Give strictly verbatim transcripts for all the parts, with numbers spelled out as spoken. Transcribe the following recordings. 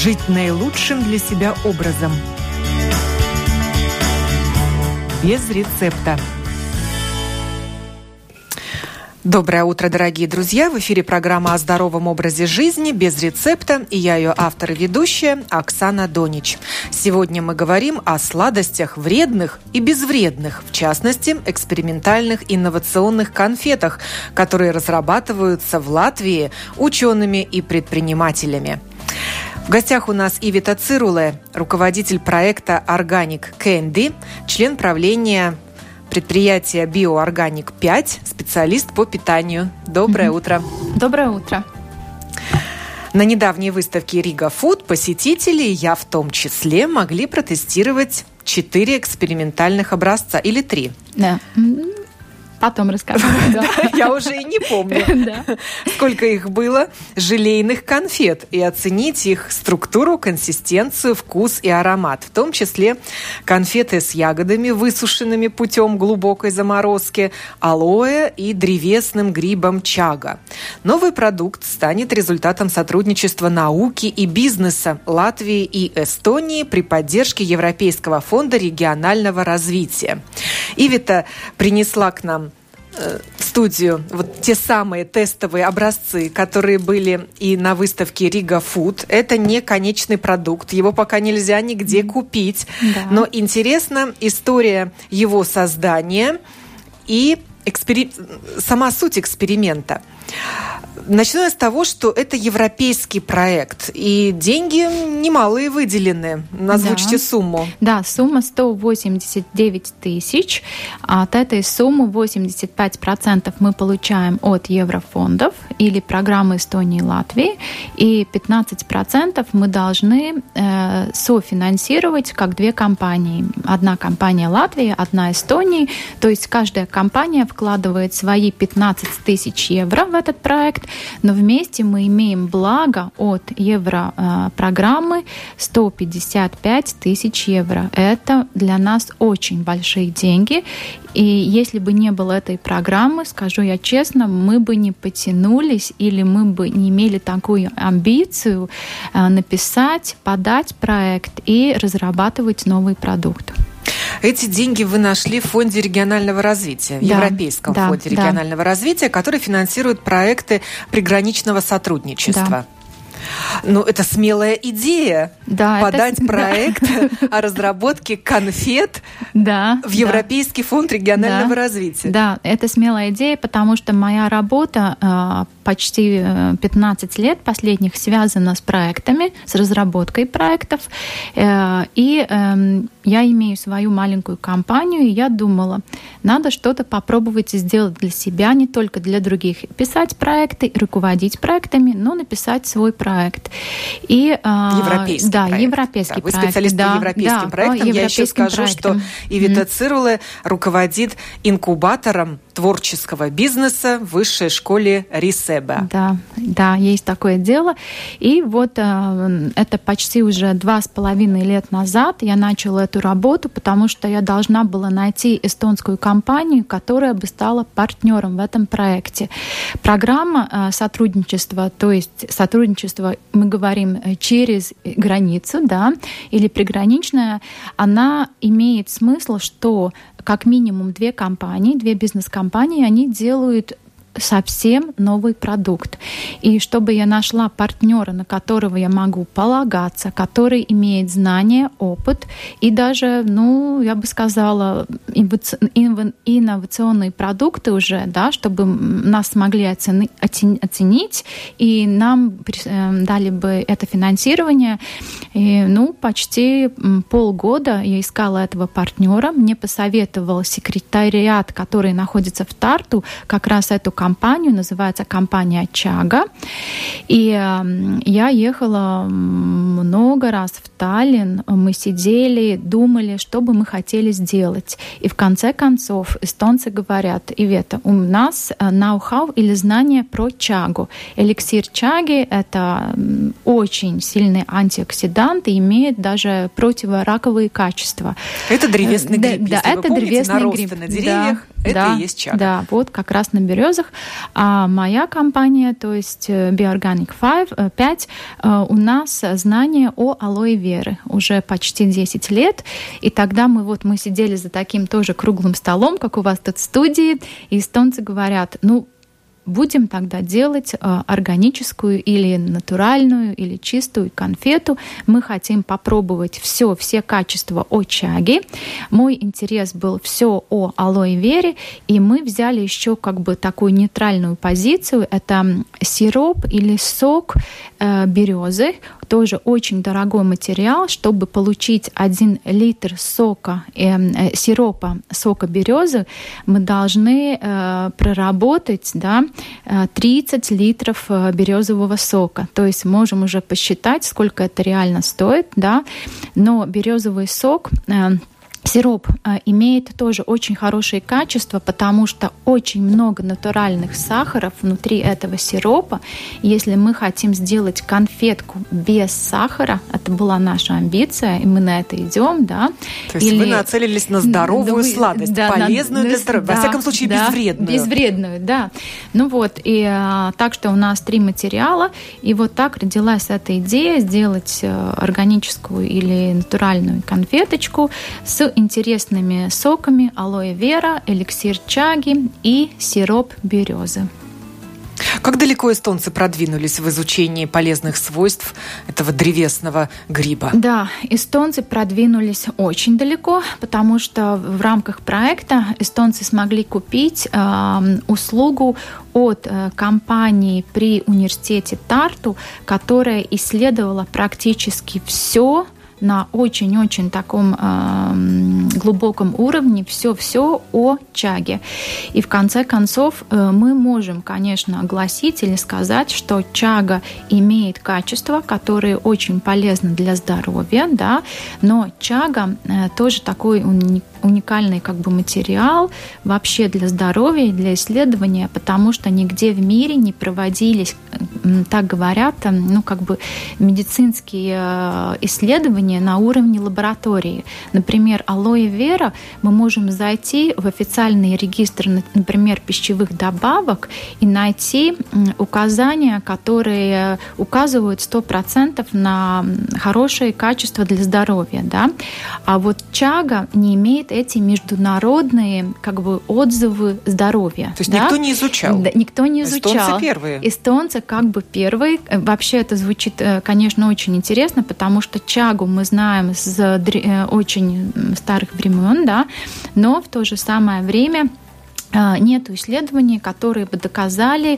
Жить наилучшим для себя образом. Без рецепта. Доброе утро, дорогие друзья! В эфире программа о здоровом образе жизни без рецепта, и я ее автор и ведущая Оксана Донич. Сегодня мы говорим о сладостях вредных и безвредных, в частности, экспериментальных инновационных конфетах, которые разрабатываются в Латвии учеными и предпринимателями. В гостях у нас Ивита Цируле, руководитель проекта Organic Candy, член правления предприятия Bioorganic пять, специалист по питанию. Доброе mm-hmm. утро. Доброе утро. На недавней выставке Riga Food посетители, я в том числе, могли протестировать четыре экспериментальных образца или три. Да. Потом расскажу. Я уже и не помню, сколько их было, желейных конфет, и оценить их структуру, консистенцию, вкус и аромат. В том числе конфеты с ягодами, высушенными путем глубокой заморозки, алоэ и древесным грибом чага. Новый продукт станет результатом сотрудничества науки и бизнеса Латвии и Эстонии при поддержке Европейского фонда регионального развития. Ивита принесла к нам в студию вот те самые тестовые образцы, которые были и на выставке Riga Food. Это не конечный продукт, его пока нельзя нигде купить. Да. Но интересна история его создания и экспери... сама суть эксперимента. Начну я с того, что это европейский проект, и деньги немалые выделены. Озвучьте да. сумму. Да, сумма сто восемьдесят девять тысяч. От этой суммы восемьдесят пять процентов мы получаем от еврофондов или программы Эстонии и Латвии, и пятнадцать процентов мы должны э, софинансировать как две компании. Одна компания Латвии, одна Эстонии. То есть каждая компания вкладывает свои пятнадцать тысяч евро в этот проект, но вместе мы имеем благо от европрограммы сто пятьдесят пять тысяч евро. Это для нас очень большие деньги. И если бы не было этой программы, скажу я честно, мы бы не потянулись или мы бы не имели такую амбицию написать, подать проект и разрабатывать новый продукт. Эти деньги вы нашли в Фонде регионального развития, в да, Европейском да, фонде регионального да. развития, который финансирует проекты приграничного сотрудничества. Да. Ну, это смелая идея да, подать это... проект да. о разработке конфет да, в Европейский да. фонд регионального да. развития. Да, это смелая идея, потому что моя работа почти пятнадцать лет последних связана с проектами, с разработкой проектов. И я имею свою маленькую компанию, и я думала, надо что-то попробовать сделать для себя, не только для других. Писать проекты, руководить проектами, но написать свой проект. И, европейский да, проект. Европейский да, вы проект. специалист да, по европейским да, проектам. по Я еще скажу, проектам. что Ивита mm. Цируле руководит инкубатором творческого бизнеса в высшей школе Рисеба. Да, да, есть такое дело. И вот э, это почти уже два с половиной лет назад я начала эту работу, потому что я должна была найти эстонскую компанию, которая бы стала партнером в этом проекте. Программа э, сотрудничества, то есть сотрудничество, мы говорим, через границу, да, или приграничная, она имеет смысл, что как минимум две компании, две бизнес-компании, они делают совсем новый продукт. И чтобы я нашла партнера, на которого я могу полагаться, который имеет знания, опыт и даже, ну, я бы сказала, инновационные продукты уже, да, чтобы нас смогли оцени- оценить, и нам дали бы это финансирование. И, ну, почти полгода я искала этого партнера. Мне посоветовал секретариат, который находится в Тарту, как раз эту компанию, называется компания Чага. И э, я ехала много раз в Таллин, мы сидели, думали, что бы мы хотели сделать. И в конце концов эстонцы говорят: Ивета, у нас ноу-хау или знание про чагу. Эликсир чаги – это очень сильный антиоксидант и имеет даже противораковые качества. Это древесный гриб, да, если да, вы это помните, древесный наросты гриб. на деревьях. Да. Это да, и есть чага. Да, вот как раз на березах. А моя компания, то есть Bioorganic пять, у нас знание о алоэ веры уже почти десять лет. И тогда мы вот мы сидели за таким тоже круглым столом, как у вас тут в студии, и эстонцы говорят, ну, будем тогда делать э, органическую или натуральную, или чистую конфету. Мы хотим попробовать все, все качества о чаге. Мой интерес был все о алоэ вере, и мы взяли еще как бы такую нейтральную позицию. Это сироп или сок э, березы, тоже очень дорогой материал. Чтобы получить один литр сока, э, э, сиропа сока березы, мы должны э, проработать, да, тридцать литров березового сока. То есть можем уже посчитать, сколько это реально стоит, да. Но березовый сок, э, сироп э, имеет тоже очень хорошие качества, потому что очень много натуральных сахаров внутри этого сиропа. Если мы хотим сделать конфетку без сахара, это была наша амбиция, и мы на это идем, да. То есть Или... вы нацелились на здоровую ну, сладость, да, полезную на... для здоровья, да, во всяком случае да, безвредную. Безвредную, да. Ну вот, и а, так что у нас три материала, и вот так родилась эта идея сделать а, органическую или натуральную конфеточку с интересными соками алоэ вера, эликсир чаги и сироп березы. Как далеко эстонцы продвинулись в изучении полезных свойств этого древесного гриба? Да, эстонцы продвинулись очень далеко, потому что в рамках проекта эстонцы смогли купить э, услугу от э, компании при университете Тарту, которая исследовала практически все на очень-очень таком э, глубоком уровне все-все о чаге. И в конце концов э, мы можем, конечно, огласить или сказать, что чага имеет качества, которые очень полезны для здоровья, да, но чага э, тоже такой уни- уникальный как бы материал вообще для здоровья и для исследования, потому что нигде в мире не проводились, так говорят, ну как бы медицинские э, исследования на уровне лаборатории. Например, алоэ вера, мы можем зайти в официальный регистр, например, пищевых добавок и найти указания, которые указывают сто процентов на хорошее качество для здоровья. Да? А вот чага не имеет эти международные как бы, отзывы здоровья. То есть да? никто не изучал? Да, никто не изучал. Эстонцы первые? Эстонцы как бы первые. Вообще это звучит, конечно, очень интересно, потому что чагу мы знаем с очень старых времен, да, но в то же самое время нет исследований, которые бы доказали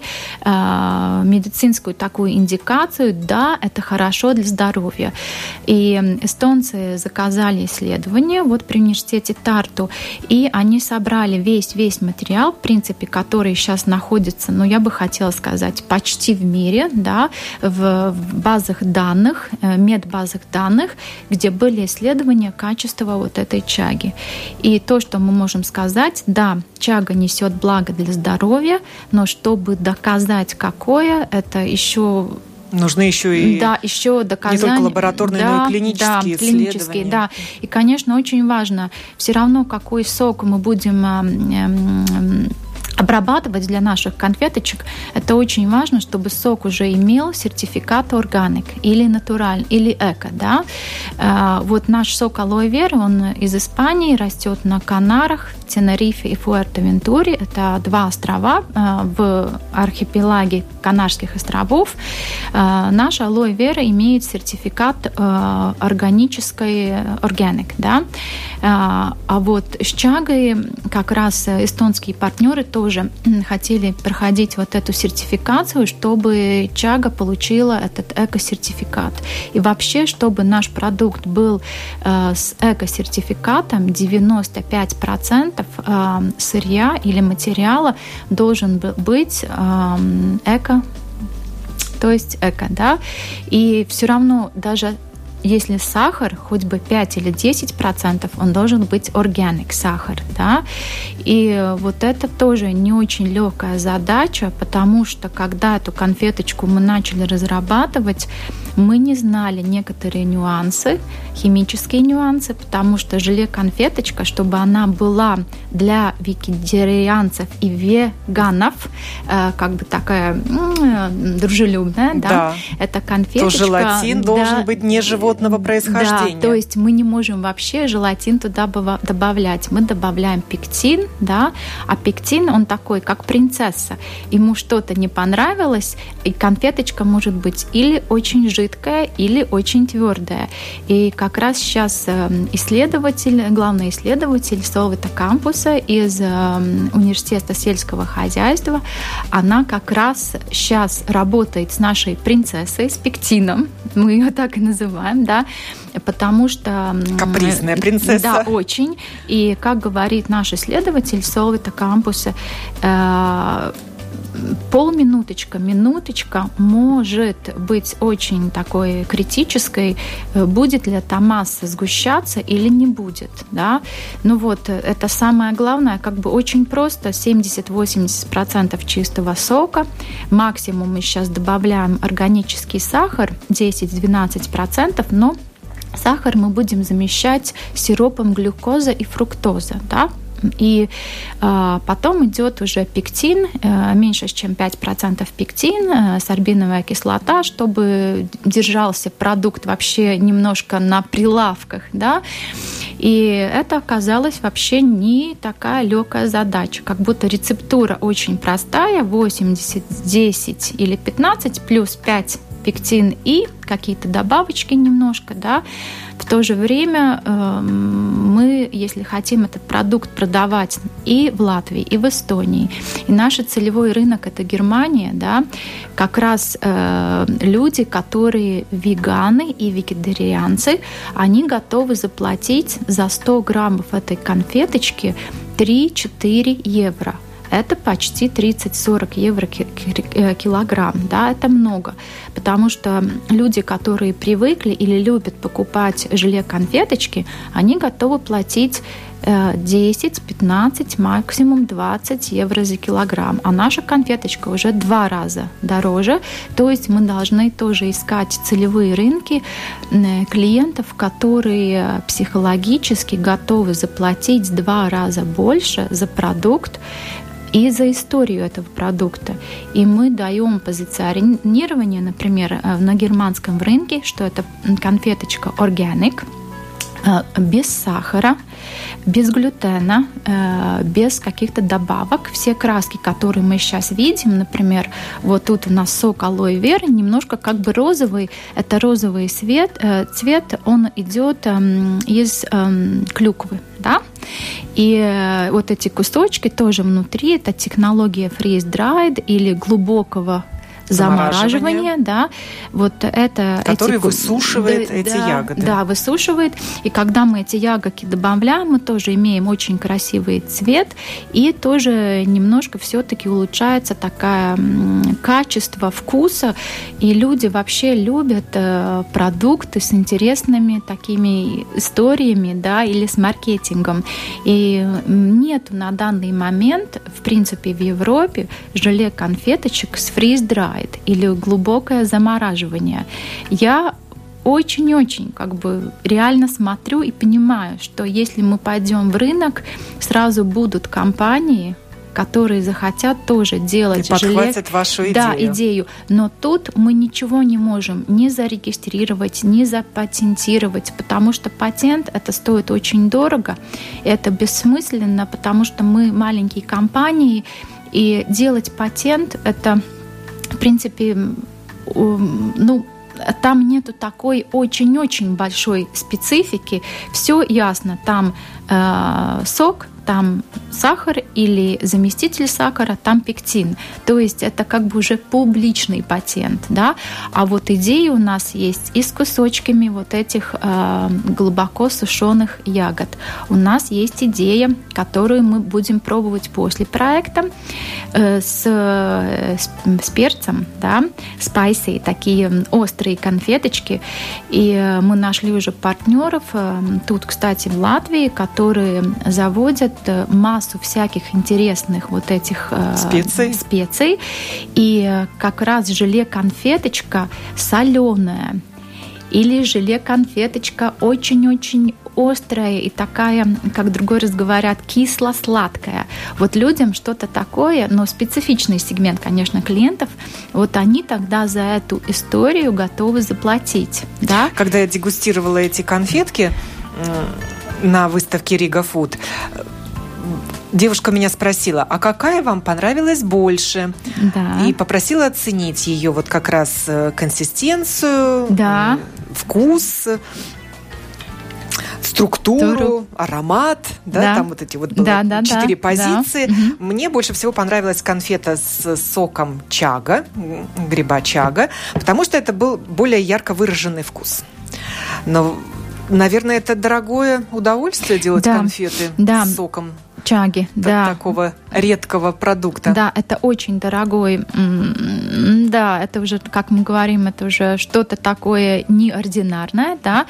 э, медицинскую такую индикацию, да, это хорошо для здоровья. И эстонцы заказали исследование вот при университете Тарту, и они собрали весь-весь материал, в принципе, который сейчас находится, ну, я бы хотела сказать, почти в мире, да, в базах данных, медбазах данных, где были исследования качества вот этой чаги. И то, что мы можем сказать, да, чага несет благо для здоровья, но чтобы доказать, какое, это еще... Нужны еще и да, еще доказания, не только лабораторные, да, но и клинические да, исследования. Клинические, да. И, конечно, очень важно все равно, какой сок мы будем... Э, э, обрабатывать для наших конфеточек, это очень важно, чтобы сок уже имел сертификат органик или натураль, или эко, да. Вот наш сок алоэ вера, он из Испании, растет на Канарах, Тенерифе и Фуэртевентуре. Это два острова в архипелаге Канарских островов. Наш алоэ вера имеет сертификат органической органик, да. А вот с чагой как раз эстонские партнеры тоже тоже хотели проходить вот эту сертификацию, чтобы чага получила этот эко-сертификат. И вообще, чтобы наш продукт был э, с эко-сертификатом, девяносто пять процентов э, сырья или материала должен быть э, эко, то есть эко, да. И все равно даже если сахар, хоть бы пять или десять процентов, он должен быть organic сахар, да. И вот это тоже не очень легкая задача, потому что когда эту конфеточку мы начали разрабатывать, мы не знали некоторые нюансы, химические нюансы, потому что желе-конфеточка, чтобы она была для вегетарианцев и веганов, э, как бы такая м- дружелюбная, да, да, эта конфеточка... То желатин да, должен быть не животного происхождения. Да, то есть мы не можем вообще желатин туда добавлять. Мы добавляем пектин, да, а пектин, он такой, как принцесса. Ему что-то не понравилось, и конфеточка может быть или очень жидкая, или очень твердая. И как раз сейчас исследователь, главный исследователь Solvita кампуса из университета сельского хозяйства, она как раз сейчас работает с нашей принцессой, с пектином, мы ее так и называем, да, потому что... Капризная принцесса. Да, очень. И, как говорит наш исследователь Solvita кампуса, полминуточка, минуточка может быть очень такой критической, будет ли эта масса сгущаться или не будет, да. Ну вот, это самое главное, как бы очень просто, семьдесят-восемьдесят процентов чистого сока, максимум мы сейчас добавляем органический сахар, десять-двенадцать процентов, но сахар мы будем замещать сиропом глюкоза и фруктоза, да. И э, потом идет уже пектин, э, меньше, чем пять процентов пектин, э, сорбиновая кислота, чтобы держался продукт вообще немножко на прилавках, да. И это оказалось вообще не такая легкая задача, как будто рецептура очень простая, восемьдесят, десять или пятнадцать плюс пять пектин и какие-то добавочки немножко, да. В то же время э, мы, если хотим этот продукт продавать и в Латвии, и в Эстонии, и наш целевой рынок – это Германия, да, как раз э, люди, которые веганы и вегетарианцы, они готовы заплатить за сто граммов этой конфеточки три-четыре евро. Это почти тридцать-сорок евро килограмм, да, это много, потому что люди, которые привыкли или любят покупать желе-конфеточки, они готовы платить десять, пятнадцать, максимум двадцать евро за килограмм, а наша конфеточка уже два раза дороже, то есть мы должны тоже искать целевые рынки клиентов, которые психологически готовы заплатить в два раза больше за продукт, и за историю этого продукта. И мы даем позиционирование, например, на германском рынке, что это конфеточка organic, без сахара, без глютена, без каких-то добавок. Все краски, которые мы сейчас видим, например, вот тут у нас сок алоэ веры, немножко как бы розовый, это розовый цвет, цвет он идет из клюквы, да? И вот эти кусочки тоже внутри, это технология freeze-dried или глубокого замораживание, да, вот это... Который эти, высушивает да, эти да, ягоды. Да, высушивает. И когда мы эти ягодки добавляем, мы тоже имеем очень красивый цвет, и тоже немножко все-таки улучшается такое качество вкуса, и люди вообще любят продукты с интересными такими историями, да, или с маркетингом. И нету на данный момент, в принципе, в Европе желе-конфеточек с freeze-dry или глубокое замораживание. Я очень-очень как бы реально смотрю и понимаю, что если мы пойдем в рынок, сразу будут компании, которые захотят тоже делать и желе. подхватят вашу идею. Да, идею. Но тут мы ничего не можем ни зарегистрировать, ни запатентировать, потому что патент это стоит очень дорого. Это бессмысленно, потому что мы маленькие компании, и делать патент это в принципе, ну, там нету такой очень-очень большой специфики. Все ясно. Там э, сок, там сахар или заместитель сахара, там пектин. То есть это как бы уже публичный патент, да. А вот идеи у нас есть и с кусочками вот этих э, глубоко сушеных ягод. У нас есть идея, которую мы будем пробовать после проекта э, с, с, с перцем, да, спайси, такие острые конфеточки. И мы нашли уже партнеров э, тут, кстати, в Латвии, которые заводят массу всяких интересных вот этих э, специй. специй. И как раз желе-конфеточка соленая или желе-конфеточка очень-очень острая и такая, как другой раз говорят, кисло-сладкая. Вот людям что-то такое, но специфичный сегмент, конечно, клиентов, вот они тогда за эту историю готовы заплатить. Да? Когда я дегустировала эти конфетки на выставке Riga Food, девушка меня спросила, а какая вам понравилась больше? Да. И попросила оценить ее вот как раз консистенцию, да. вкус, структуру, Туру. аромат, да, да, там вот эти вот было да, да, четыре да, позиции. Да. Мне больше всего понравилась конфета с соком чага, гриба чага, потому что это был более ярко выраженный вкус. Но, наверное, это дорогое удовольствие делать да. конфеты да. с соком чаги, да. такого редкого продукта. Да, это очень дорогой. Да, это уже, как мы говорим, это уже что-то такое неординарное, да.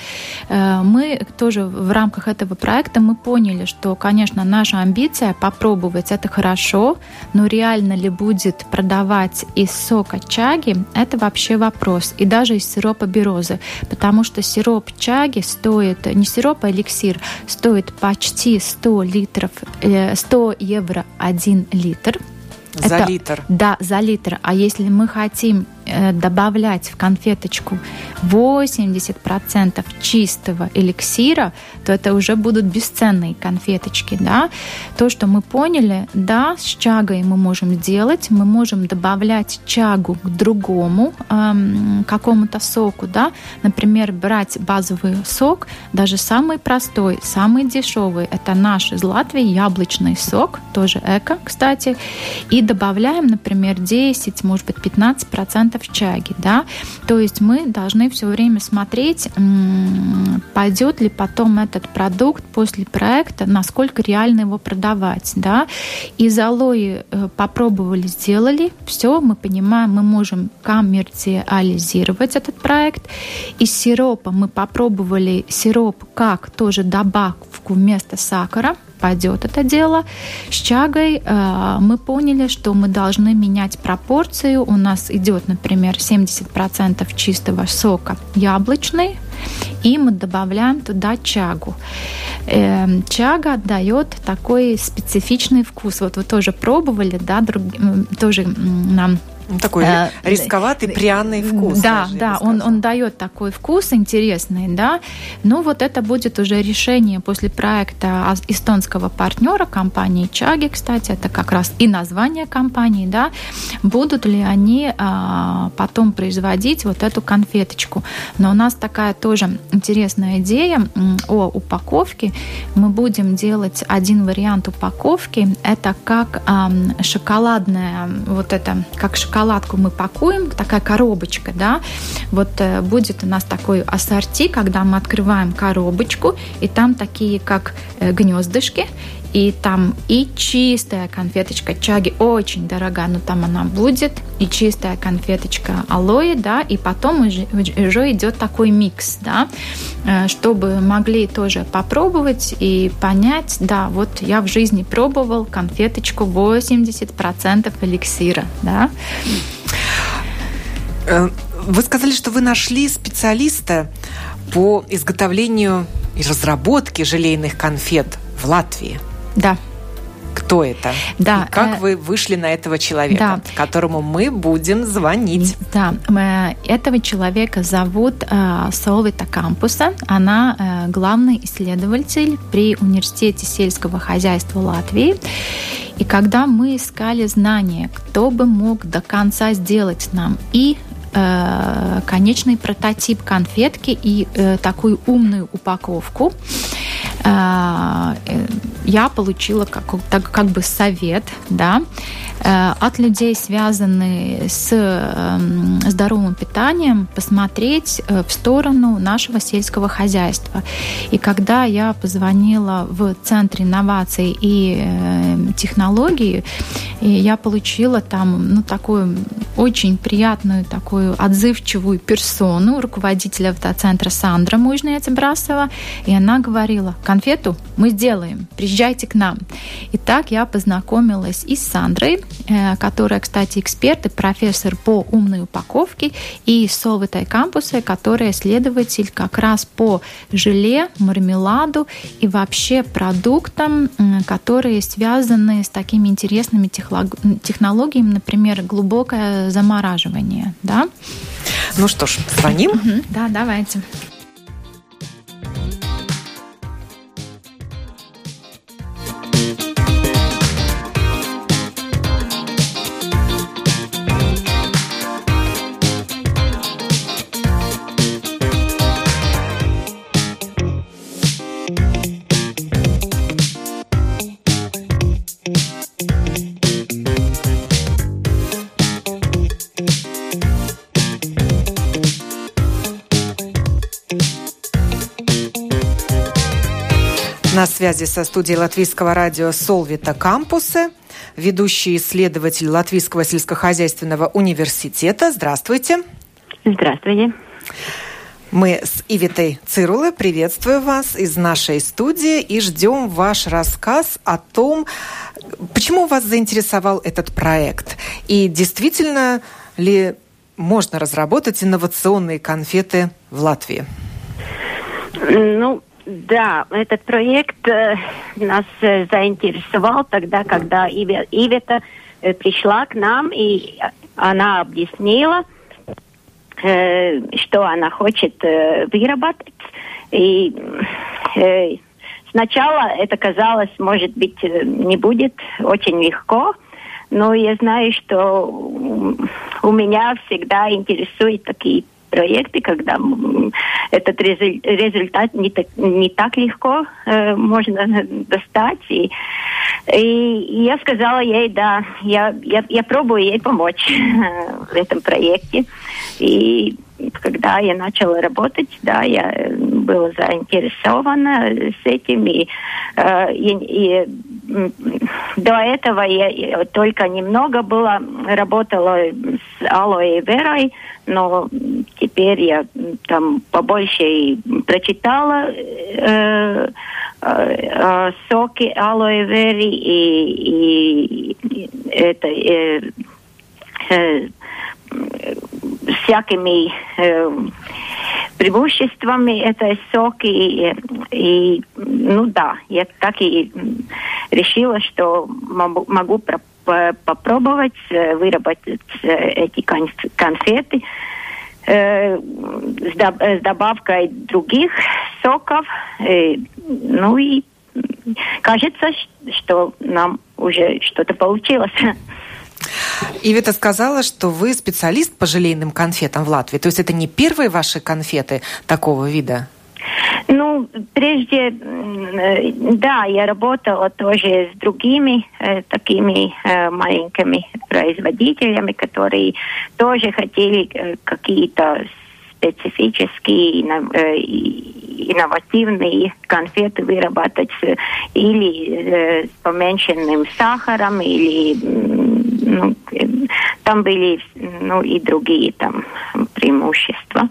Мы тоже в рамках этого проекта мы поняли, что, конечно, наша амбиция попробовать это хорошо, но реально ли будет продавать из сока чаги, это вообще вопрос. И даже из сиропа березы, потому что сироп чаги стоит, не сироп, а эликсир, стоит почти сто литров, сто евро один литр. За это, литр? Да, за литр. А если мы хотим добавлять в конфеточку восемьдесят процентов чистого эликсира, то это уже будут бесценные конфеточки. Да? То, что мы поняли, да, с чагой мы можем делать, мы можем добавлять чагу к другому эм, какому-то соку. Да? Например, брать базовый сок, даже самый простой, самый дешевый, это наш из Латвии яблочный сок, тоже эко, кстати, и добавляем, например, десять, может быть, пятнадцать процентов чаги, да, то есть мы должны все время смотреть, пойдет ли потом этот продукт после проекта, насколько реально его продавать, да. Из алоэ попробовали, сделали, все, мы понимаем, мы можем коммерциализировать этот проект. Из сиропа мы попробовали сироп как тоже добавку вместо сахара, пойдет это дело. С чагой э, мы поняли, что мы должны менять пропорцию. У нас идет, например, семьдесят процентов чистого сока яблочный, и мы добавляем туда чагу. Э, чага дает такой специфичный вкус. Вот вы тоже пробовали, да, друг, тоже нам... Такой э, рисковатый, пряный вкус. Да, даже, да, он, он дает такой вкус интересный, да. Ну вот это будет уже решение после проекта эстонского партнера компании Чаги, кстати, это как раз и название компании, да. Будут ли они а, потом производить вот эту конфеточку? Но у нас такая тоже интересная идея о упаковке. Мы будем делать один вариант упаковки. Это как а, шоколадная, вот это, как шоколадная шоколадку мы пакуем, такая коробочка, да, вот э, будет у нас такой ассорти, когда мы открываем коробочку, и там такие, как э, гнездышки, и там и чистая конфеточка чаги, очень дорогая, но там она будет, и чистая конфеточка алоэ, да, и потом уже, уже идет такой микс, да, чтобы могли тоже попробовать и понять, да, вот я в жизни пробовал конфеточку восемьдесят процентов эликсира, да. Вы сказали, что вы нашли специалиста по изготовлению и разработке желейных конфет в Латвии. Да. Кто это? Да. И как э... вы вышли на этого человека, да. которому мы будем звонить? Да. Этого человека зовут э, Солвита Кампуса. Она э, главный исследователь при Университете сельского хозяйства Латвии. И когда мы искали знания, кто бы мог до конца сделать нам и э, конечный прототип конфетки, и э, такую умную упаковку, я получила как, так, как бы совет, да, от людей, связанных с здоровым питанием, посмотреть в сторону нашего сельского хозяйства. И когда я позвонила в Центр инноваций и технологий, я получила там, ну, такую очень приятную, такую отзывчивую персону, руководителя автоцентра Сандра Мужнец-Брасова, и она говорила: конфету мы сделаем, приезжайте к нам. И так я познакомилась и с Сандрой, которая, кстати, эксперт и профессор по умной упаковке, и с Solvitai кампуса, которая исследователь как раз по желе, мармеладу и вообще продуктам, которые связаны с такими интересными технологиями, например, глубокое замораживание. Да? Ну что ж, звоним? Угу, да, давайте. На связи со студией Латвийского радио Solvitai кампуса ведущий исследователь Латвийского сельскохозяйственного университета. Здравствуйте. Здравствуйте. Мы с Ивитой Цирулой приветствуем вас из нашей студии и ждем ваш рассказ о том, почему вас заинтересовал этот проект. И действительно ли можно разработать инновационные конфеты в Латвии? Ну, да, этот проект э, нас э, заинтересовал тогда, когда Иви, Ивита э, пришла к нам, и она объяснила, э, что она хочет э, выработать. И э, сначала это казалось, может быть, не будет очень легко, но я знаю, что у меня всегда интересуют такие проекты, когда этот результат не так, не так легко э, можно достать. И, и я сказала ей, да, я, я, я пробую ей помочь в этом проекте. И когда я начала работать, да, я была заинтересована с этим. И, э, и, и до этого я только немного была, работала с алоэ верой, но теперь я там побольше и прочитала э, э, соки алоэ веры и, и это э, э, всякими э, преимуществами этой соки. И, и, ну да, я так и решила, что могу, могу про, по, попробовать выработать эти конфеты э, с, доб, с добавкой других соков. Э, ну и кажется, что нам уже что-то получилось. Ивита сказала, что вы специалист по желейным конфетам в Латвии. То есть это не первые ваши конфеты такого вида? Ну, прежде, да, я работала тоже с другими э, такими э, маленькими производителями, которые тоже хотели э, какие-то специфические, инновативные конфеты выработать или э, с поменьшенным сахаром, или ну, там были ну, и другие там преимущества.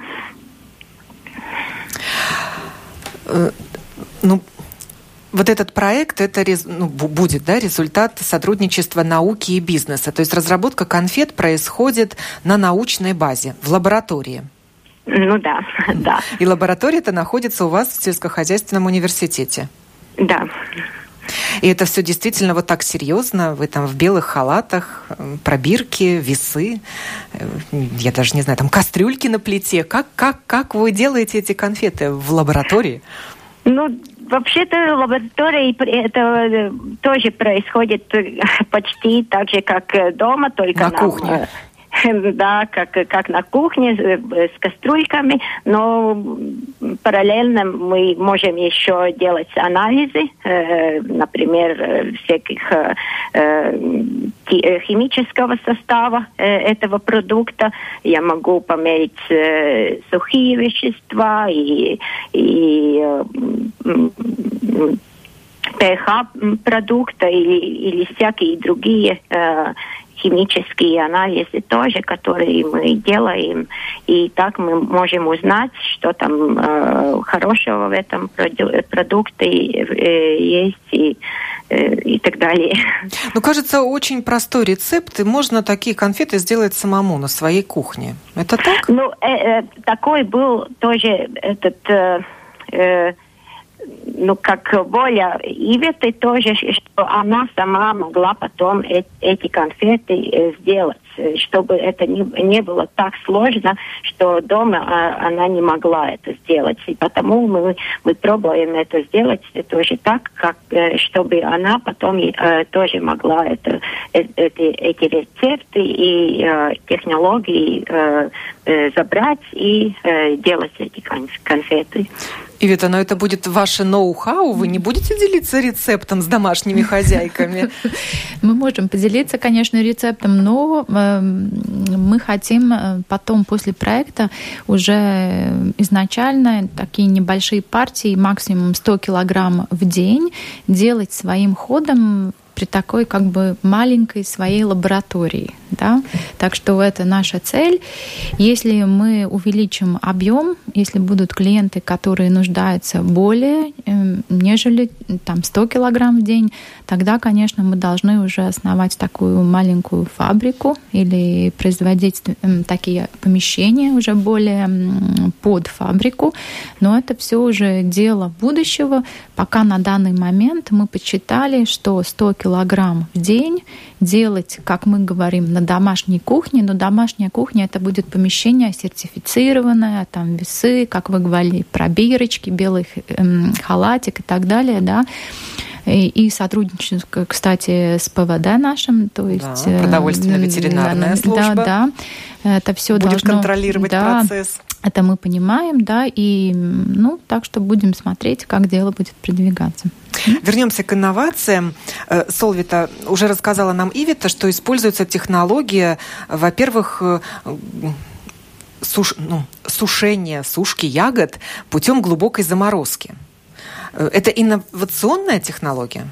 Ну, вот этот проект, это ну, будет, да, результат сотрудничества науки и бизнеса. То есть разработка конфет происходит на научной базе, в лаборатории. Ну да, да. И лаборатория-то находится у вас в сельскохозяйственном университете. Да. И это все действительно вот так серьезно. Вы там в белых халатах, пробирки, весы, я даже не знаю, там кастрюльки на плите. Как, как, как вы делаете эти конфеты в лаборатории? Ну, вообще-то в лаборатории это тоже происходит почти так же, как дома, только на нам... кухне. да, как, как на кухне с кастрюльками, но параллельно мы можем еще делать анализы, э, например, всяких э, химического состава э, этого продукта. Я могу померить э, сухие вещества и, и э, pH продукта или, или всякие другие э, химические анализы тоже, которые мы делаем. И так мы можем узнать, что там э, хорошего в этом проду- продукте э, есть и, э, и так далее. Ну, кажется, очень простой рецепт, и можно такие конфеты сделать самому на своей кухне. Это так? Ну, э, э, такой был тоже этот... Э, э, ну, как воля Иветы тоже, что она сама могла потом э- эти конфеты э, сделать, чтобы это не, не было так сложно, что дома а, она не могла это сделать. И потому мы, мы пробуем это сделать тоже так, как, э, чтобы она потом э, тоже могла это, э, эти, эти рецепты и э, технологии э, э, забрать и э, делать эти конфеты. Ивета, но это будет ваше ноу-хау? Вы не будете делиться рецептом с домашними хозяйками? Мы можем поделиться, конечно, рецептом, но мы хотим потом, после проекта, уже изначально такие небольшие партии, максимум сто килограмм в день, делать своим ходом при такой как бы маленькой своей лаборатории. Да? Так что это наша цель. Если мы увеличим объем, если будут клиенты, которые нуждаются более, э, нежели там, сто килограмм в день, тогда, конечно, мы должны уже основать такую маленькую фабрику или производить э, такие помещения уже более э, под фабрику. Но это все уже дело будущего. Пока на данный момент мы подсчитали, что сто килограмм в день делать, как мы говорим, на домашней кухне, но домашняя кухня — это будет помещение сертифицированное, там весы, как вы говорили, пробирочки, белый эм, халатик и так далее, да. И, и сотрудничество, кстати, с ПВД нашим, то есть... Да, продовольственно-ветеринарная э, служба. Да, да. Это все будет должно... контролировать да, процесс. Это мы понимаем, да, и, ну, так что будем смотреть, как дело будет продвигаться. Вернемся к инновациям. Солвита, уже рассказала нам Ивета, что используется технология, во-первых, суш... ну, сушения, сушки ягод путем глубокой заморозки. Это инновационная технология?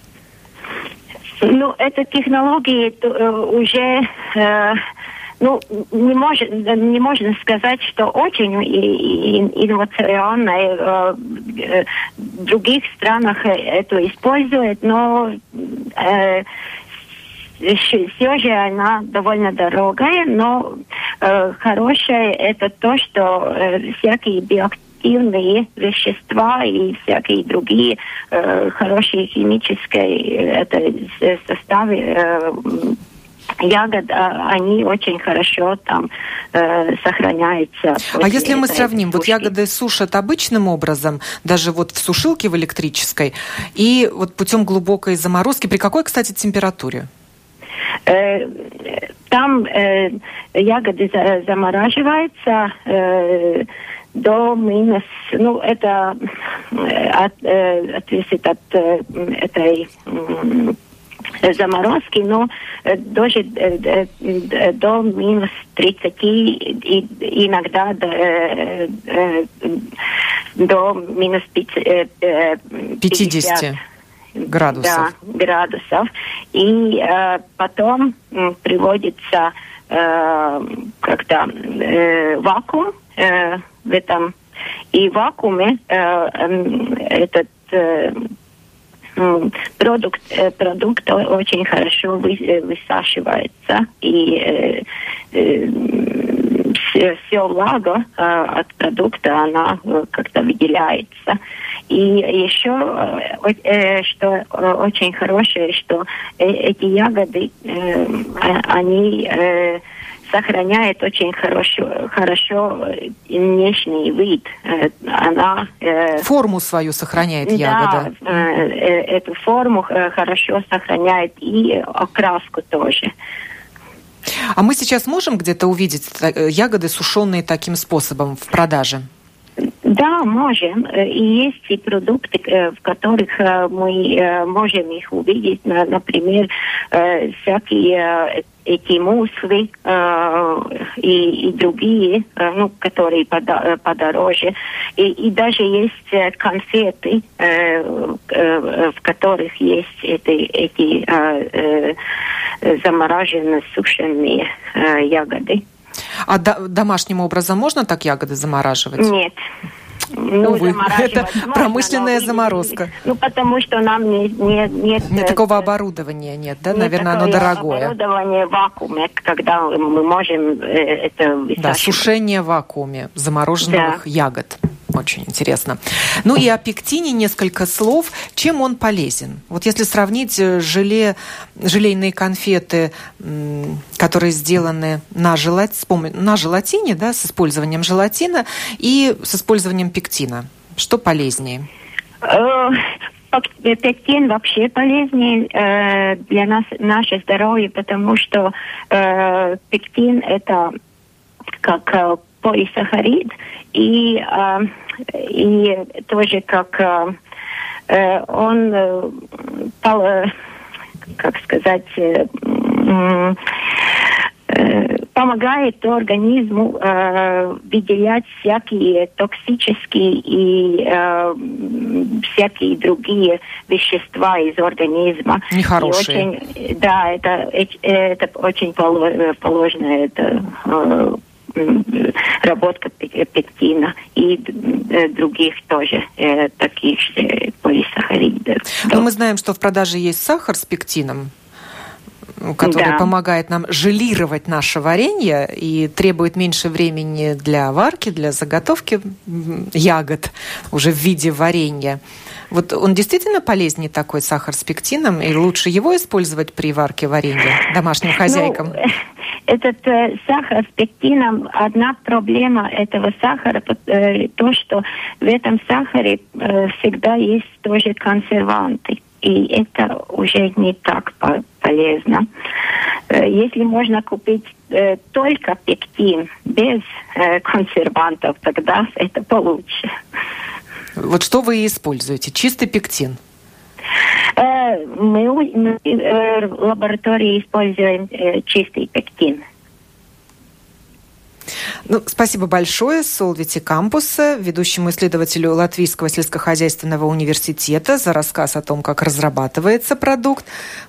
Ну, эта технология уже... Э... Ну, не, может, не можно сказать, что очень инновационно. В других странах это используют, но э, все же она довольно дорогая, но э, хорошее это то, что э, всякие биоактивные вещества и всякие другие э, хорошие химические это, составы э, ягод, они очень хорошо там э, сохраняются. А если мы сравним, сушки. Вот ягоды сушат обычным образом, даже вот в сушилке в электрической, и вот путем глубокой заморозки, при какой, кстати, температуре? Э, там э, ягоды за, замораживаются э, до минус, ну это э, от, э, зависит от э, этой э, заморозки, но даже до минус тридцати и иногда до, до минус пятидесяти градусов. Да, градусов. И э, потом э, приводится э, как-то э, вакуум э, в этом. И в вакууме э, э, этот э, Продукт, продукт очень хорошо высашивается, и э, э, все, все влага э, от продукта, она э, как-то выделяется. И еще, э, что очень хорошее, что э, эти ягоды, э, они... Э, сохраняет очень хорошо, хорошо внешний вид. Она э, форму свою сохраняет да, ягода. Э, э, эту форму хорошо сохраняет и окраску тоже. А мы сейчас можем где-то увидеть ягоды, сушеные таким способом в продаже? Да, можем. И есть и продукты, в которых мы можем их увидеть. Например, всякие эти мусли и, и другие, ну, которые подороже. И, и даже есть конфеты, в которых есть эти, эти замороженные сушеные ягоды. А до, домашним образом можно так ягоды замораживать? Нет. Ну, увы, это можно, промышленная но, заморозка. Ну, потому что нам не, не, нет... Нет такого оборудования, нет, да? Нет, наверное, оно дорогое. Оборудование в вакууме, когда мы можем это высаживать. Да, сушение в вакууме замороженных да. ягод. Очень интересно. Ну и о пектине несколько слов. Чем он полезен? Вот если сравнить желе, желейные конфеты, которые сделаны на, желат, на желатине, да, с использованием желатина, и с использованием пектина, что полезнее? Пектин вообще полезнее э, для нас, наше здоровье, потому что э, пектин это как э, полисахарид, и, э, и тоже как э, он э, пол, э, как сказать э, э, помогает организму э, выделять всякие токсические и э, всякие другие вещества из организма. Нехорошие. И очень, да, это, это очень положено, это э, работа пектина и других тоже э, таких же полисахаридов. Но мы знаем, что в продаже есть сахар с пектином, который да. помогает нам желировать наше варенье и требует меньше времени для варки, для заготовки ягод уже в виде варенья. Вот он действительно полезнее, такой сахар с пектином, и лучше его использовать при варке варенья домашним хозяйкам? Ну, этот э, сахар с пектином, одна проблема этого сахара, э, то, что в этом сахаре э, всегда есть тоже консерванты. И это уже не так полезно. Э, если можно купить э, только пектин без э, консервантов, тогда это получше. Вот что вы используете? Чистый пектин? Мы в лаборатории используем чистый пектин. Ну, спасибо большое Солвите Кампуса, ведущему исследователю Латвийского сельскохозяйственного университета, за рассказ о том, как разрабатывается продукт.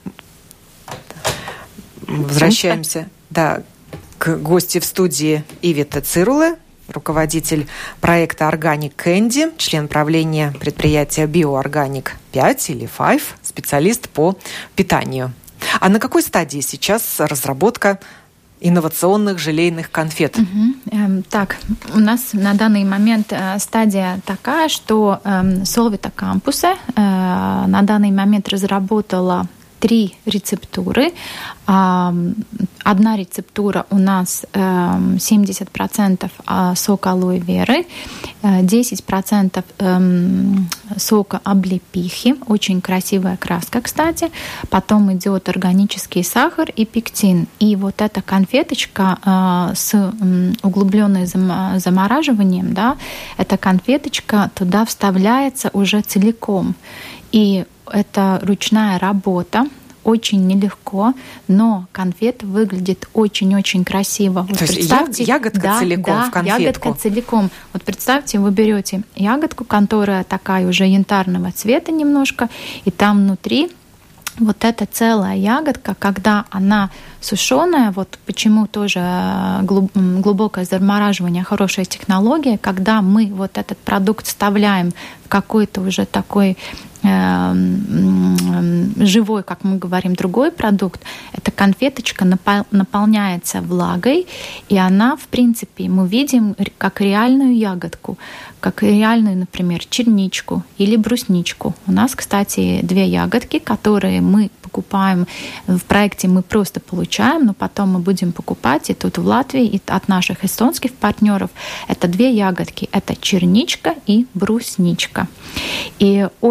Возвращаемся да, к гости в студии Ивета Цируле, руководитель проекта Organic Candy, член правления предприятия Bioorganic пять или пять, специалист по питанию. А на какой стадии сейчас разработка инновационных желейных конфет? Угу. Эм, так, у нас на данный момент э, стадия такая, что э, Solvita Campus э, на данный момент разработала три рецептуры. Одна рецептура у нас семьдесят процентов сока алоэ веры, десять процентов сока облепихи, очень красивая краска, кстати. Потом идет органический сахар и пектин. И вот эта конфеточка с углубленным замораживанием, да, эта конфеточка туда вставляется уже целиком. И это ручная работа, очень нелегко, но конфета выглядит очень-очень красиво. Вот то есть ягодка да, целиком да, в конфетку? Ягодка целиком. Вот представьте, вы берете ягодку, которая такая уже янтарного цвета немножко, и там внутри вот эта целая ягодка, когда она сушеная, вот почему тоже глубокое замораживание, хорошая технология, когда мы вот этот продукт вставляем в какой-то уже такой э, живой, как мы говорим, другой продукт, эта конфеточка напол- наполняется влагой, и она, в принципе, мы видим как реальную ягодку, как реальную, например, черничку или брусничку. У нас, кстати, две ягодки, которые мы покупаем в проекте, мы просто получаем, но потом мы будем покупать и тут в Латвии, и от наших эстонских партнеров. Это две ягодки. Это черничка и брусничка. И очень красиво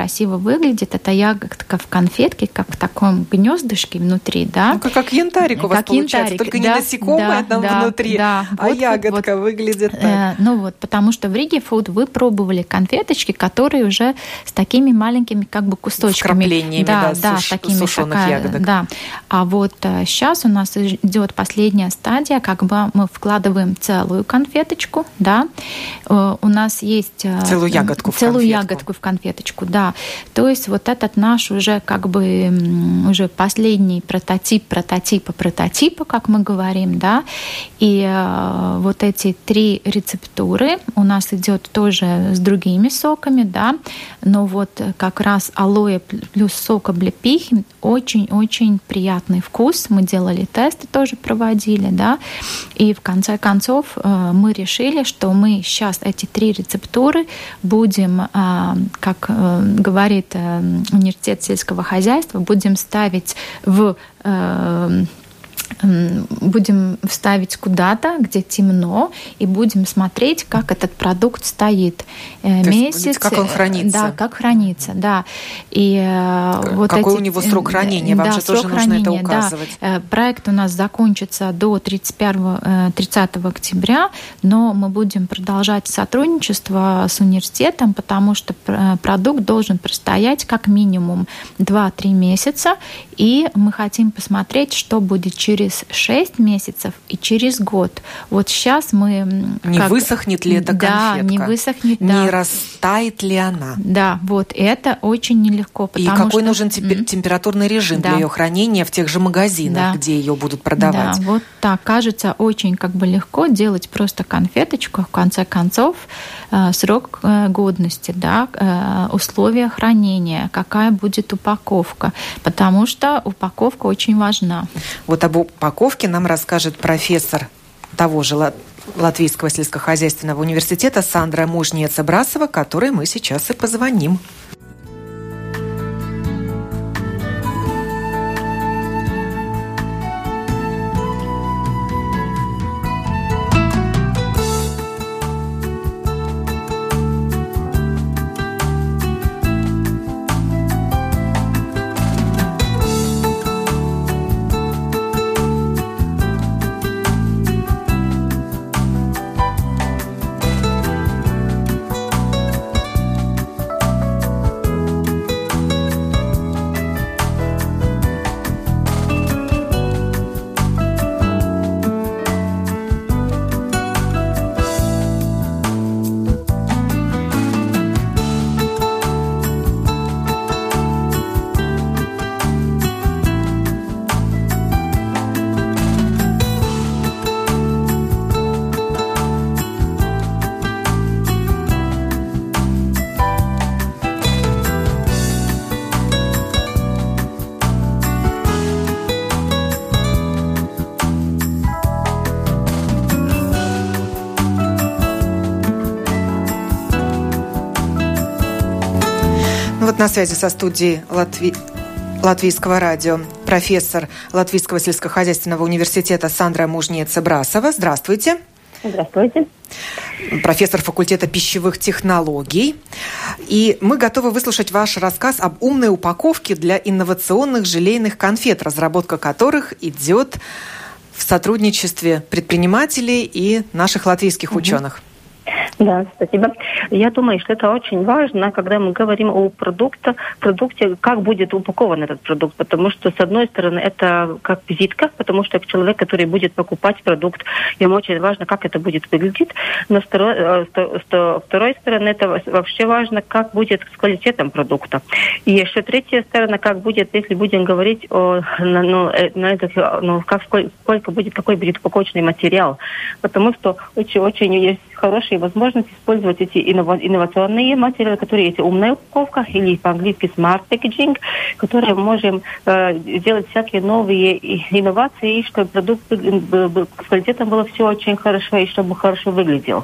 красиво выглядит. Это ягодка в конфетке, как в таком гнездышке внутри, да. Ну, как, как янтарик у вас как получается, янтарик, только да, не насекомое да, там да, внутри, да. а вот, ягодка вот, выглядит так. Э, ну вот, потому что в Риге Food вы пробовали конфеточки, которые уже с такими маленькими как бы кусочками. Вкраплениями, да, да, да, суш, такими, сушеных такая, ягодок. Да. А вот э, сейчас у нас идет последняя стадия, как бы мы вкладываем целую конфеточку, да. Э, у нас есть... Э, целую ягодку в Целую конфетку. ягодку в конфеточку, да. То есть вот этот наш уже как бы уже последний прототип прототипа прототипа, как мы говорим, да. И э, вот эти три рецептуры у нас идет тоже с другими соками, да. Но вот как раз алоэ плюс сок облепихи очень-очень приятный вкус. Мы делали тесты, тоже проводили, да. И в конце концов э, мы решили, что мы сейчас эти три рецептуры будем, э, как э, говорит э, университет сельского хозяйства, будем ставить в э, будем ставить куда-то, где темно, и будем смотреть, как этот продукт стоит. То месяц. Есть, как он хранится. Да, как хранится, да. И вот какой эти, у него срок хранения? Вам да, же тоже нужно хранения, это указывать. Да. Проект у нас закончится до тридцатого октября, но мы будем продолжать сотрудничество с университетом, потому что продукт должен простоять как минимум два-три месяца, и мы хотим посмотреть, что будет через шесть месяцев и через год. Вот сейчас мы... Не как... высохнет ли эта конфетка? Да, не высохнет, не да. растает ли она? Да, вот это очень нелегко. И какой что... нужен темпер... температурный режим да. для ее хранения в тех же магазинах, да. где ее будут продавать? Да, вот так. Кажется очень как бы легко делать просто конфеточку, в конце концов, срок годности, да, условия хранения, какая будет упаковка, потому что упаковка очень важна. Вот об упаковке нам расскажет профессор того же Латвийского сельскохозяйственного университета Сандра Мужниеца-Брасова, которой мы сейчас и позвоним. Вот на связи со студией Латви... Латвийского радио профессор Латвийского сельскохозяйственного университета Сандра Мужниеца-Брасова. Здравствуйте. Здравствуйте. Профессор факультета пищевых технологий. И мы готовы выслушать ваш рассказ об умной упаковке для инновационных желейных конфет, разработка которых идет в сотрудничестве предпринимателей и наших латвийских угу. ученых. Да, спасибо. Я думаю, что это очень важно, когда мы говорим о продукте, продукте, как будет упакован этот продукт, потому что, с одной стороны, это как визитка, потому что человек, который будет покупать продукт, ему очень важно, как это будет выглядеть, но с второй, с второй стороны, это вообще важно, как будет с квалитетом продукта. И еще третья сторона, как будет, если будем говорить о, ну, на этих, ну, как, сколько будет, какой будет упаковочный материал, потому что очень-очень есть хорошие возможности использовать эти инновационные материалы, которые есть умная упаковка, или по-английски smart packaging, которые мы можем э, делать всякие новые инновации, чтобы продукт с квалитетом было все очень хорошо и чтобы хорошо выглядел.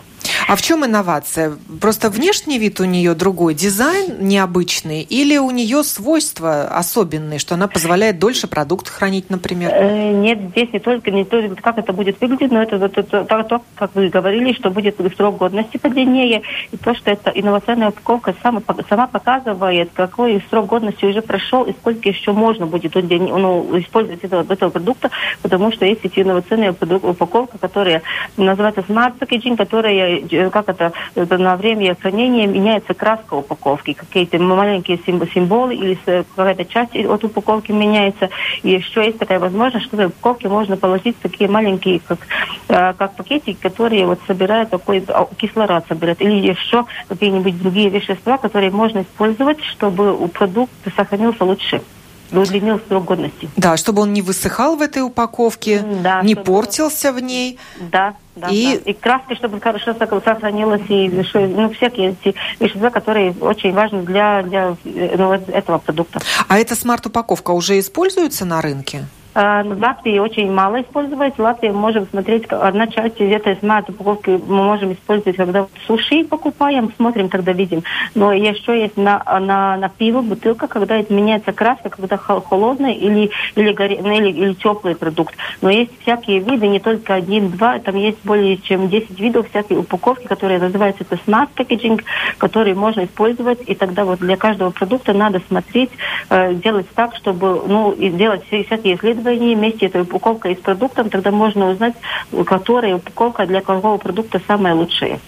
А в чем инновация? Просто внешний вид у нее другой, дизайн необычный, или у нее свойства особенные, что она позволяет дольше продукт хранить, например? Нет, здесь не только, не только как это будет выглядеть, но это, это, это, это то, как вы говорили, что будет срок годности подлиннее, и то, что эта инновационная упаковка сама, сама показывает, какой срок годности уже прошел, и сколько еще можно будет ну, использовать этого, этого продукта, потому что есть эти инновационные упаковки, которые называются smart packaging, которые, как это, это на время хранения меняется краска упаковки, какие-то маленькие символы или какая-то часть от упаковки меняется. И еще есть такая возможность, что в упаковке можно положить такие маленькие, как, как пакетики, которые вот собирают такой кислород, собирают, или еще какие-нибудь другие вещества, которые можно использовать, чтобы продукт сохранился лучше. Удлинил срок годности. Да, чтобы он не высыхал в этой упаковке, да, не чтобы... портился в ней. Да, да. И, да. И краски, чтобы хорошо сохранилось, и ну, всякие эти вещества, которые очень важны для, для ну, этого продукта. А эта смарт-упаковка уже используется на рынке? В Латвии очень мало используется. В Латвии мы можем смотреть, одна часть этой смарт-упаковки мы можем использовать, когда суши покупаем, смотрим, тогда видим. Но еще есть на, на, на пиво бутылка, когда меняется краска, когда холодный или, или, горе, или, или теплый продукт. Но есть всякие виды, не только один-два, там есть более чем десять видов всякие упаковки, которые называются это smart packaging, которые можно использовать. И тогда вот для каждого продукта надо смотреть, э, делать так, чтобы ну, и делать всякие исследования вместе этой упаковкой с продуктом, тогда можно узнать, которая упаковка для какого продукта самая лучшая.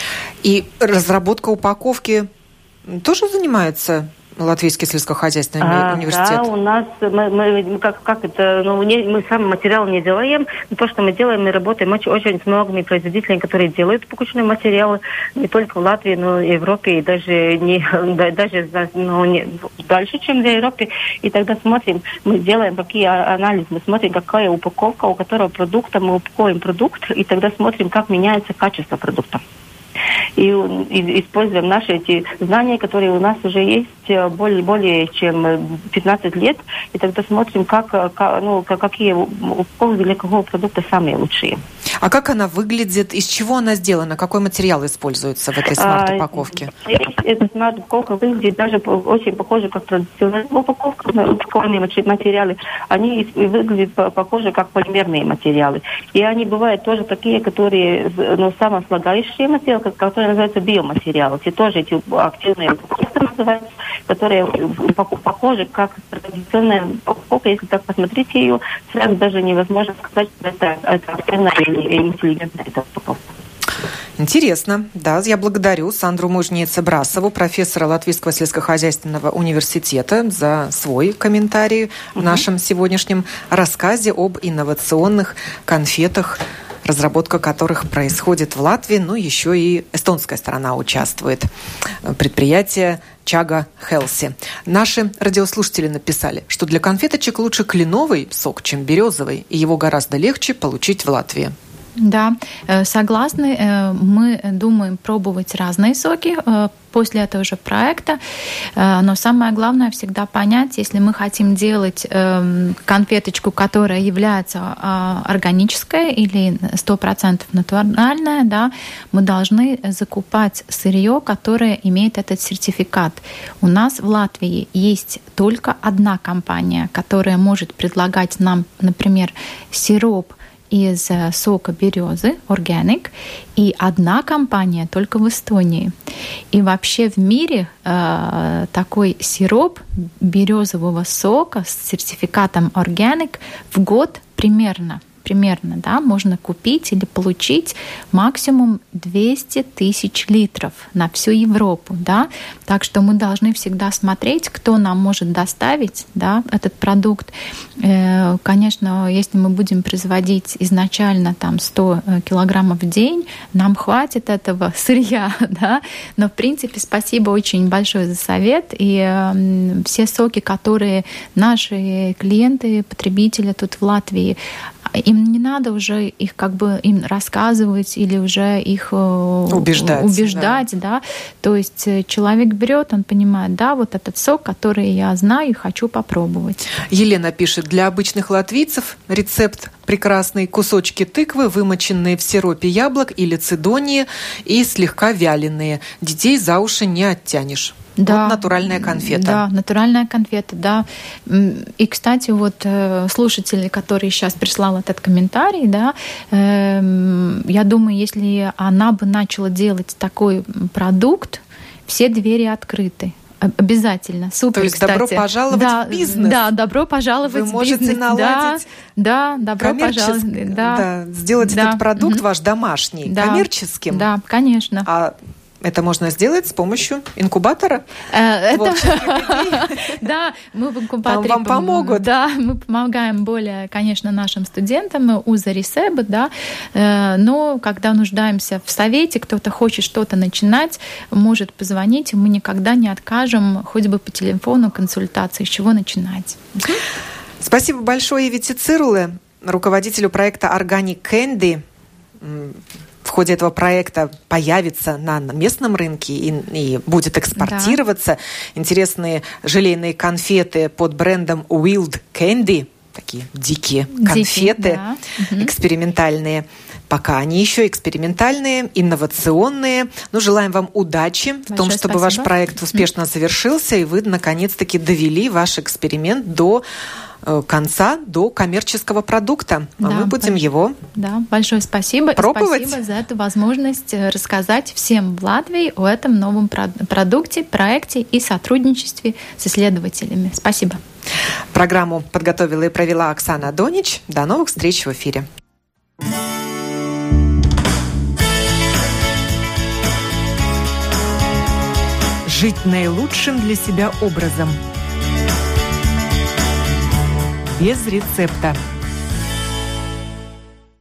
И разработка упаковки тоже занимается Латвийский сельскохозяйственный а, университет? Да, у нас, мы, мы как, как это, ну, не, мы сам материал не делаем, но то, что мы делаем, мы работаем очень, очень с многими производителями, которые делают упаковочные материалы, не только в Латвии, но и в Европе, и даже, не, даже ну, не, дальше, чем в Европе. И тогда смотрим, мы делаем какие анализы, мы смотрим, какая упаковка, у которого продукта, мы упаковываем продукт, и тогда смотрим, как меняется качество продукта. И, и используем наши эти знания, которые у нас уже есть более, более чем пятнадцать лет, и тогда смотрим, как, как, ну, какие упаковки для какого продукта самые лучшие. А как она выглядит, из чего она сделана, какой материал используется в этой смарт-упаковке? А, эта смарт-упаковка выглядит даже очень похоже, как традиционная упаковка, упакованные материалы. Они выглядят похоже, как полимерные материалы. И они бывают тоже такие, которые, ну, самослагающие материалы, которые называются биоматериалы. И тоже эти активные упаковки называются, которые похожи, как традиционная упаковка. Если так посмотреть ее, сразу даже невозможно сказать, что это, это активная или интеллигентная эта упаковка. Интересно. Да, я благодарю Сандру Мужнице-Брасову, профессора Латвийского сельскохозяйственного университета, за свой комментарий в нашем сегодняшнем рассказе об инновационных конфетах, разработка которых происходит в Латвии, но еще и эстонская сторона участвует. Предприятие Чага Хелси. Наши радиослушатели написали, что для конфеточек лучше кленовый сок, чем березовый, и его гораздо легче получить в Латвии. Да, согласны. Мы думаем пробовать разные соки после этого же проекта. Но самое главное всегда понять, если мы хотим делать конфеточку, которая является органической или сто процентов натуральная, да, мы должны закупать сырье, которое имеет этот сертификат. У нас в Латвии есть только одна компания, которая может предлагать нам, например, сироп из сока березы, Organic, и одна компания только в Эстонии. И вообще в мире э, такой сироп березового сока с сертификатом Organic в год примерно примерно, да, можно купить или получить максимум двести тысяч литров на всю Европу, да, так что мы должны всегда смотреть, кто нам может доставить, да, этот продукт. Конечно, если мы будем производить изначально там сто килограммов в день, нам хватит этого сырья, да, но в принципе спасибо очень большое за совет, и все соки, которые наши клиенты, потребители тут в Латвии им не надо уже их как бы им рассказывать или уже их убеждать, убеждать да. да. То есть человек берет, он понимает, да, вот этот сок, который я знаю и хочу попробовать. Елена пишет, для обычных латвийцев рецепт прекрасный. Кусочки тыквы, вымоченные в сиропе яблок или цидонии и слегка вяленые. Детей за уши не оттянешь. Да, вот натуральная конфета. Да, натуральная конфета, да. И, кстати, вот слушатель, который сейчас прислал этот комментарий, да, э, я думаю, если она бы начала делать такой продукт, все двери открыты. Обязательно. Супер, То есть кстати. Добро пожаловать да, в бизнес. Да, добро пожаловать Вы в можете бизнес. наладить да, да, добро пожаловать. Да, да, сделать да. этот продукт угу. ваш домашний, да. коммерческим. Да, конечно. А это можно сделать с помощью инкубатора? Да, мы в инкубаторе... Там вам помогут. Да, мы помогаем более, конечно, нашим студентам, УЗА Ресеба, да, но когда нуждаемся в совете, кто-то хочет что-то начинать, может позвонить, мы никогда не откажем, хоть бы по телефону консультации, с чего начинать. Спасибо большое Ивете Цируле, руководителю проекта Organic Candy. В ходе этого проекта появится на местном рынке и, и будет экспортироваться да. интересные желейные конфеты под брендом Wild Candy. Такие дикие, дикие конфеты, да. экспериментальные. Пока они еще экспериментальные, инновационные. Ну, желаем вам удачи Большое в том, чтобы спасибо. Ваш проект успешно завершился, и вы, наконец-таки, довели ваш эксперимент до конца, до коммерческого продукта. Да, а мы будем больш... его да, большое спасибо. пробовать. Спасибо за эту возможность рассказать всем в Латвии о этом новом продукте, проекте и сотрудничестве с исследователями. Спасибо. Программу подготовила и провела Оксана Донич. До новых встреч в эфире. Жить наилучшим для себя образом. Без рецепта.